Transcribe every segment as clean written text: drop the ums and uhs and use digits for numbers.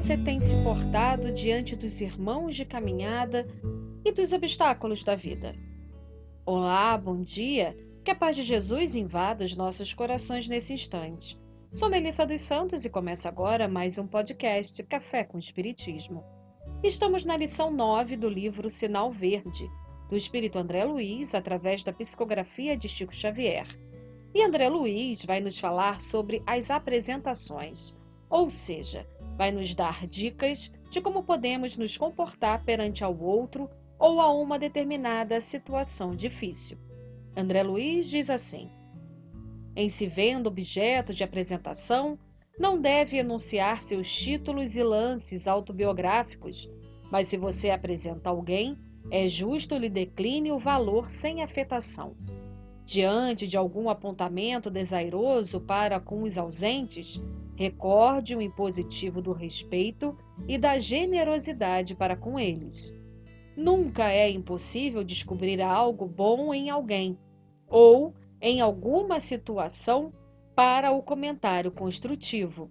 você tem se portado diante dos irmãos de caminhada e dos obstáculos da vida? Olá, bom dia. Que a paz de Jesus invada os nossos corações nesse instante. Sou Melissa dos Santos e começa agora mais um podcast Café com Espiritismo. Estamos na lição 9 do livro Sinal Verde, do Espírito André Luiz, através da psicografia de Chico Xavier. E André Luiz vai nos falar sobre as apresentações, ou seja, vai nos dar dicas de como podemos nos comportar perante ao outro ou a uma determinada situação difícil. André Luiz diz assim: em se vendo objeto de apresentação, não deve enunciar seus títulos e lances autobiográficos, mas se você apresenta alguém, é justo lhe decline o valor sem afetação. Diante de algum apontamento desairoso para com os ausentes, recorde o impositivo do respeito e da generosidade para com eles. Nunca é impossível descobrir algo bom em alguém, ou em alguma situação para o comentário construtivo.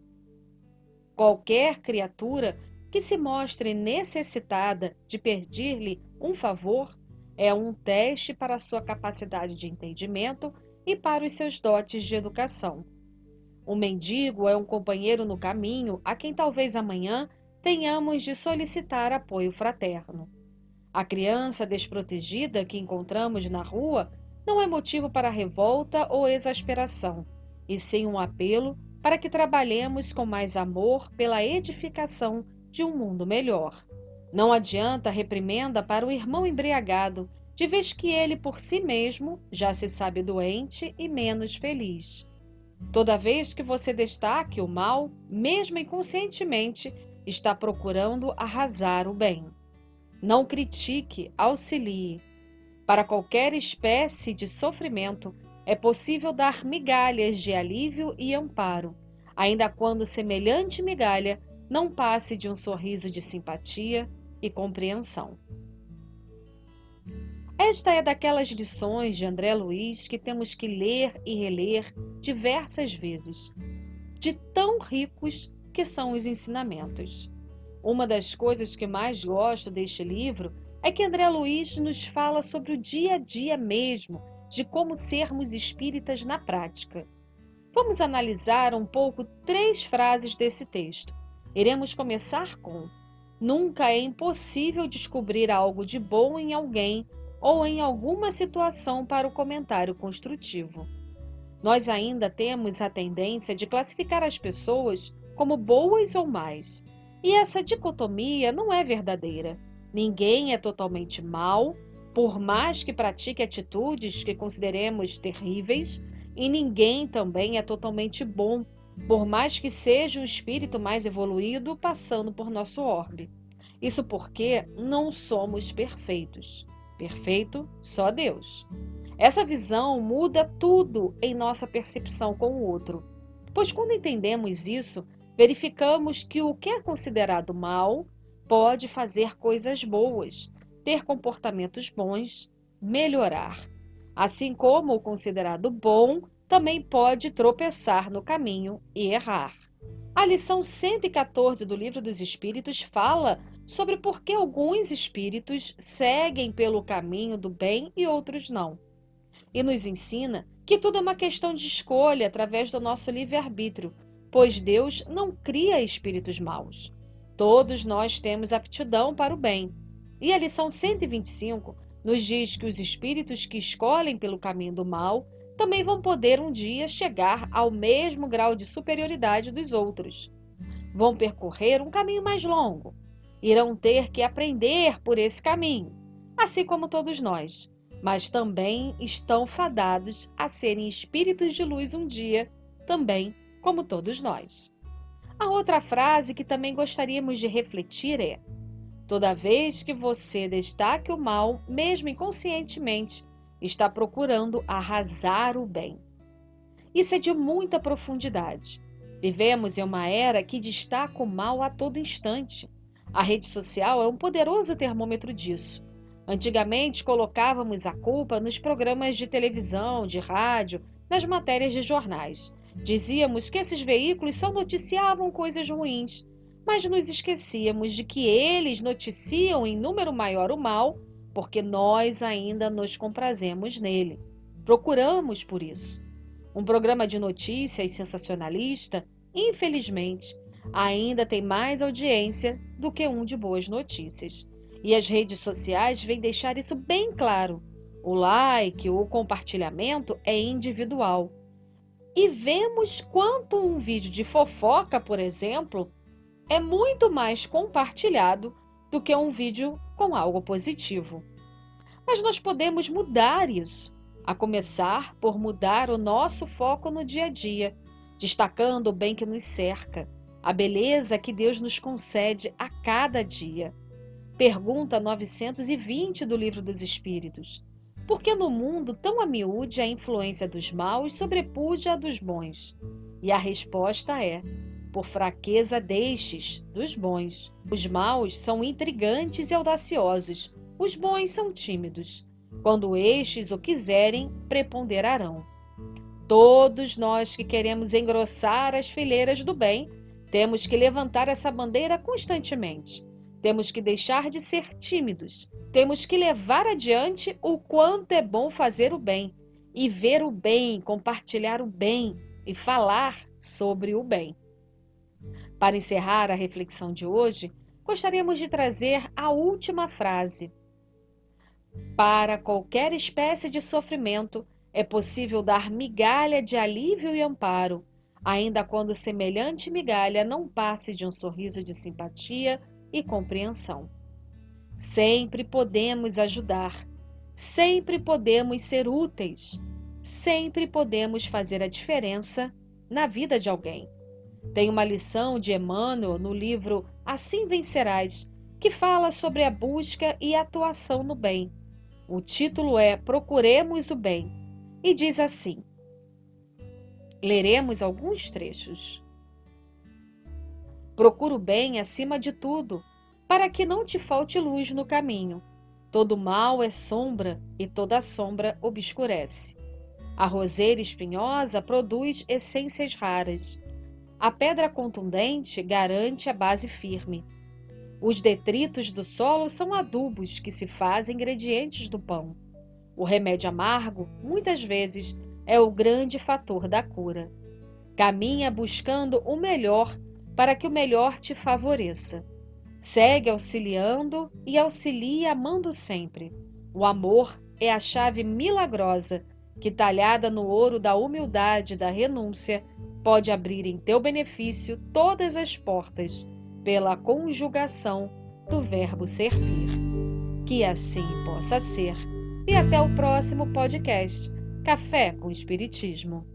Qualquer criatura que se mostre necessitada de pedir-lhe um favor é um teste para a sua capacidade de entendimento e para os seus dotes de educação. O mendigo é um companheiro no caminho a quem talvez amanhã tenhamos de solicitar apoio fraterno. A criança desprotegida que encontramos na rua não é motivo para revolta ou exasperação, e sim um apelo para que trabalhemos com mais amor pela edificação de um mundo melhor. Não adianta reprimenda para o irmão embriagado, de vez que ele por si mesmo já se sabe doente e menos feliz. Toda vez que você destaque o mal, mesmo inconscientemente, está procurando arrasar o bem. Não critique, auxilie. Para qualquer espécie de sofrimento, é possível dar migalhas de alívio e amparo, ainda quando semelhante migalha não passe de um sorriso de simpatia e compreensão. Esta é daquelas lições de André Luiz que temos que ler e reler diversas vezes, de tão ricos que são os ensinamentos. Uma das coisas que mais gosto deste livro é que André Luiz nos fala sobre o dia a dia mesmo, de como sermos espíritas na prática. Vamos analisar um pouco 3 frases desse texto. Iremos começar com: nunca é impossível descobrir algo de bom em alguém ou em alguma situação para o comentário construtivo. Nós ainda temos a tendência de classificar as pessoas como boas ou más, e essa dicotomia não é verdadeira. Ninguém é totalmente mau, por mais que pratique atitudes que consideremos terríveis, e ninguém também é totalmente bom, por mais que seja um espírito mais evoluído passando por nosso orbe. Isso porque não somos perfeitos. Perfeito só Deus. Essa visão muda tudo em nossa percepção com o outro, pois quando entendemos isso, verificamos que o que é considerado mal pode fazer coisas boas, ter comportamentos bons, melhorar. Assim como o considerado bom também pode tropeçar no caminho e errar. A lição 114 do Livro dos Espíritos fala sobre por que alguns espíritos seguem pelo caminho do bem e outros não. E nos ensina que tudo é uma questão de escolha através do nosso livre-arbítrio, pois Deus não cria espíritos maus. Todos nós temos aptidão para o bem. E a lição 125 nos diz que os espíritos que escolhem pelo caminho do mal também vão poder um dia chegar ao mesmo grau de superioridade dos outros. Vão percorrer um caminho mais longo. Irão ter que aprender por esse caminho, assim como todos nós, mas também estão fadados a serem espíritos de luz um dia, também como todos nós. A outra frase que também gostaríamos de refletir é: toda vez que você destaque o mal, mesmo inconscientemente, está procurando arrasar o bem. Isso é de muita profundidade. Vivemos em uma era que destaca o mal a todo instante. A rede social é um poderoso termômetro disso. Antigamente, colocávamos a culpa nos programas de televisão, de rádio, nas matérias de jornais. Dizíamos que esses veículos só noticiavam coisas ruins. mas nos esquecíamos de que eles noticiam em número maior o mal, porque nós ainda nos comprazemos nele. Procuramos por isso. Um programa de notícias sensacionalista, infelizmente, ainda tem mais audiência do que um de boas notícias. E as redes sociais vêm deixar isso bem claro. O like, o compartilhamento é individual. E vemos quanto um vídeo de fofoca, por exemplo, é muito mais compartilhado do que um vídeo com algo positivo. Mas nós podemos mudar isso, a começar por mudar o nosso foco no dia a dia, destacando o bem que nos cerca, a beleza que Deus nos concede a cada dia. Pergunta 920 do Livro dos Espíritos. Por que no mundo tão a miúde a influência dos maus sobrepuja a dos bons? E a resposta é: por fraqueza destes, dos bons. Os maus são intrigantes e audaciosos, os bons são tímidos. Quando estes o quiserem, preponderarão. Todos nós que queremos engrossar as fileiras do bem, temos que levantar essa bandeira constantemente. Temos que deixar de ser tímidos. Temos que levar adiante o quanto é bom fazer o bem, e ver o bem, compartilhar o bem e falar sobre o bem. Para encerrar a reflexão de hoje, gostaríamos de trazer a última frase. Para qualquer espécie de sofrimento, é possível dar migalha de alívio e amparo, ainda quando semelhante migalha não passe de um sorriso de simpatia e compreensão. Sempre podemos ajudar, sempre podemos ser úteis, sempre podemos fazer a diferença na vida de alguém. Tem uma lição de Emmanuel no livro Assim Vencerás, que fala sobre a busca e atuação no bem. O título é Procuremos o Bem e diz assim: leremos alguns trechos. Procura o bem acima de tudo, para que não te falte luz no caminho. Todo mal é sombra e toda sombra obscurece. A roseira espinhosa produz essências raras. A pedra contundente garante a base firme. Os detritos do solo são adubos que se fazem ingredientes do pão. O remédio amargo, muitas vezes, é o grande fator da cura. Caminha buscando o melhor para que o melhor te favoreça. Segue auxiliando e auxilia amando sempre. O amor é a chave milagrosa que, talhada no ouro da humildade e da renúncia, pode abrir em teu benefício todas as portas, pela conjugação do verbo servir. Que assim possa ser. E até o próximo podcast Café com Espiritismo.